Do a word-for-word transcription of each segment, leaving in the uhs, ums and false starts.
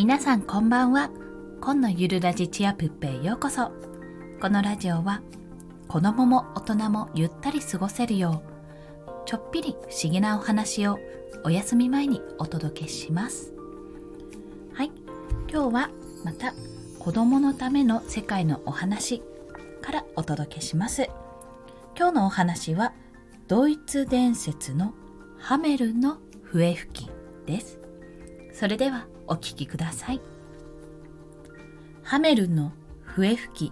皆さんこんばんは。今のゆるラジチアプッペへようこそ。このラジオは子供も大人もゆったり過ごせるよう、ちょっぴり不思議なお話をお休み前にお届けします。はい、今日はまた子供のための世界のお話からお届けします。今日のお話はドイツ伝説のハメルンの笛吹きです。それではお聞きください。ハメルンの笛吹き。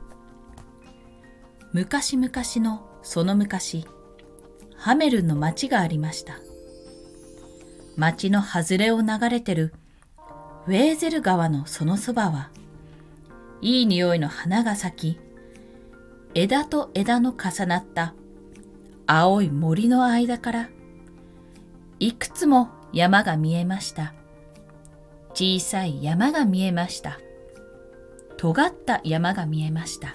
昔々のその昔、ハメルンの町がありました。町の外れを流れてるウェーゼル川のそのそばは、いい匂いの花が咲き、枝と枝の重なった青い森の間から、いくつも山が見えました。小さい山が見えました。尖った山が見えました。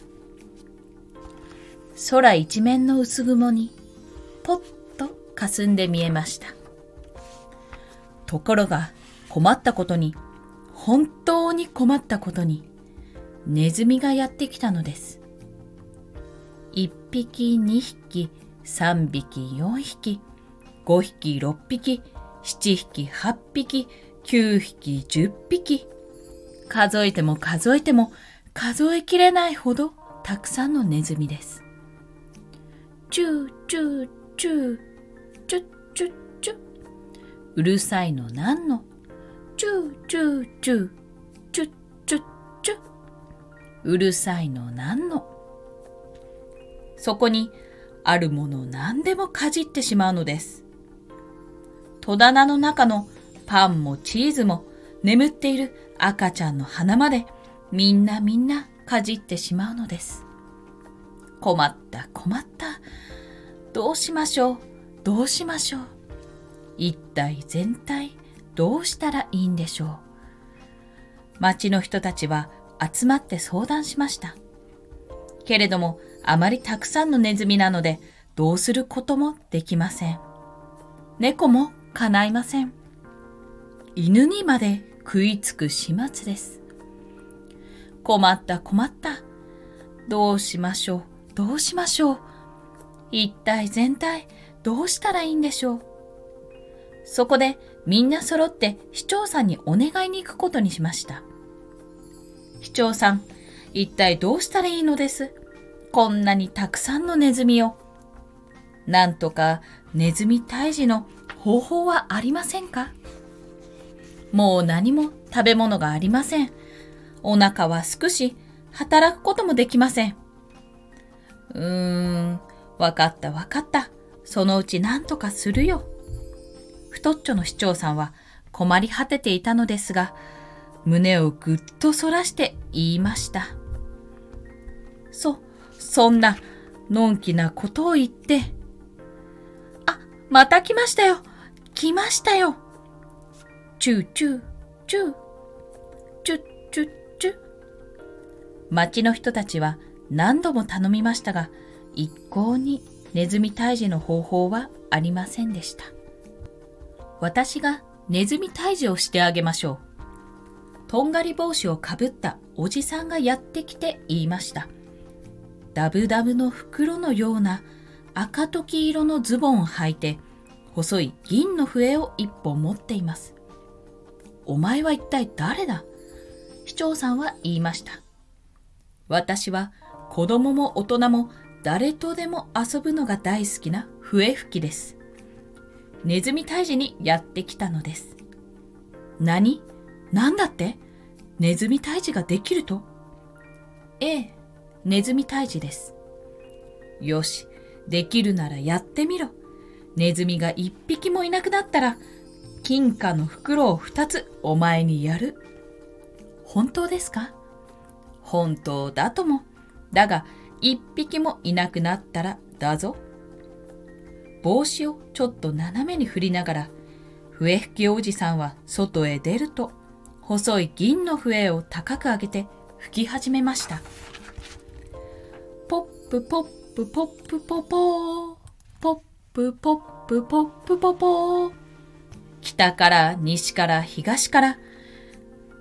空一面の薄雲にぽっと霞んで見えました。ところが困ったことに、本当に困ったことに、ネズミがやってきたのです。一匹、二匹、三匹、四匹、五匹、六匹、七匹、八匹、九匹、十匹。数えても数えても数えきれないほどたくさんのネズミです。チューチューチュー、チュッチュッチュッ。うるさいのなんの。チューチューチュー、チュッチュッチュッ。うるさいのなんの。そこにあるもの何でもかじってしまうのです。戸棚の中のパンもチーズも眠っている赤ちゃんの鼻までみんなみんなかじってしまうのです。困った困った。どうしましょうどうしましょう。一体全体どうしたらいいんでしょう。町の人たちは集まって相談しました。けれどもあまりたくさんのネズミなのでどうすることもできません。猫も叶いません。犬にまで食いつく始末です。困った困った。どうしましょうどうしましょう。一体全体どうしたらいいんでしょう。そこでみんな揃って市長さんにお願いに行くことにしました。市長さん、一体どうしたらいいのです。こんなにたくさんのネズミを。なんとかネズミ退治の方法はありませんか。もう何も食べ物がありません。お腹はすくし、働くこともできません。うーん、わかったわかった。そのうち何とかするよ。太っちょの市長さんは困り果てていたのですが、胸をぐっと反らして言いました。そ、そんな、のんきなことを言って。あ、また来ましたよ。来ましたよ。チューチュー、チュー、チュッチュッチュッ。町の人たちは何度も頼みましたが、一向にネズミ退治の方法はありませんでした。私がネズミ退治をしてあげましょう。とんがり帽子をかぶったおじさんがやってきて言いました。ダブダブの袋のような赤とき色のズボンを履いて、細い銀の笛を一本持っています。お前は一体誰だ？市長さんは言いました。私は子供も大人も誰とでも遊ぶのが大好きな笛吹きです。ネズミ退治にやってきたのです。何？なんだって？ネズミ退治ができると？ええ、ネズミ退治です。よし、できるならやってみろ。ネズミが一匹もいなくなったら、金貨の袋を二つお前にやる。本当ですか？本当だとも。だが、一匹もいなくなったらだぞ。帽子をちょっと斜めに振りながら、笛吹きおじさんは外へ出ると、細い銀の笛を高く上げて吹き始めました。ポップポップポップポポー、ポップポップポップポポー。北から西から東から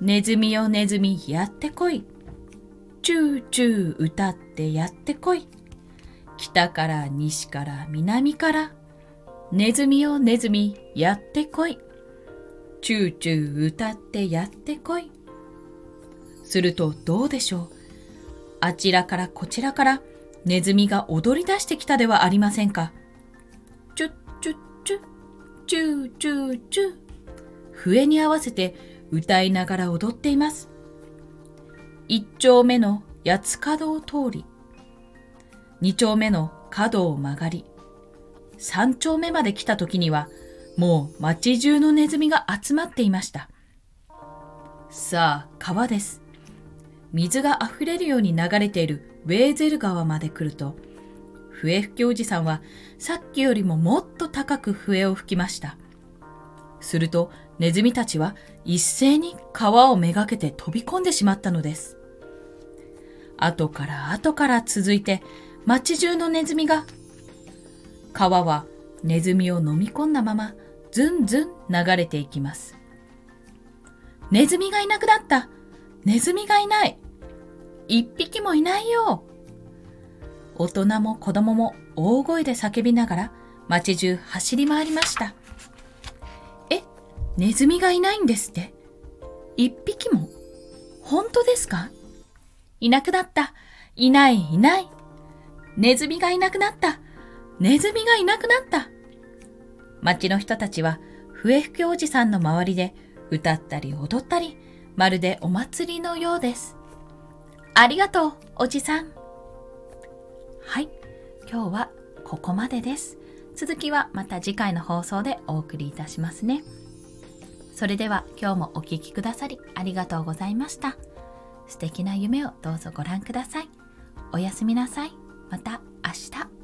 ネズミよネズミやってこい。チューチュー歌ってやってこい。北から西から南から。ネズミよネズミやってこい。チューチュー歌ってやってこい。するとどうでしょう。あちらからこちらからネズミが踊り出してきたではありませんか。チュッチュッチュッ、チューチューチュー。笛に合わせて歌いながら踊っています。一丁目の八つ角を通り、二丁目の角を曲がり、三丁目まで来た時には、もう町中のネズミが集まっていました。さあ、川です。水があふれるように流れているウェーゼル川まで来ると、笛吹きおじさんはさっきよりももっと高く笛を吹きました。するとネズミたちは一斉に川をめがけて飛び込んでしまったのです。後から後から続いて町中のネズミが、川はネズミを飲み込んだままずんずん流れていきます。ネズミがいなくなった。ネズミがいない。一匹もいないよ。大人も子供も大声で叫びながら町中走り回りました。え、ネズミがいないんですって？一匹も？本当ですか？いなくなった。いないいない。ネズミがいなくなった。ネズミがいなくなった。町の人たちは笛吹きおじさんの周りで歌ったり踊ったり、まるでお祭りのようです。ありがとう、おじさん。はい、今日はここまでです。続きはまた次回の放送でお送りいたしますね。それでは今日もお聞きくださりありがとうございました。素敵な夢をどうぞご覧ください。おやすみなさい。また明日。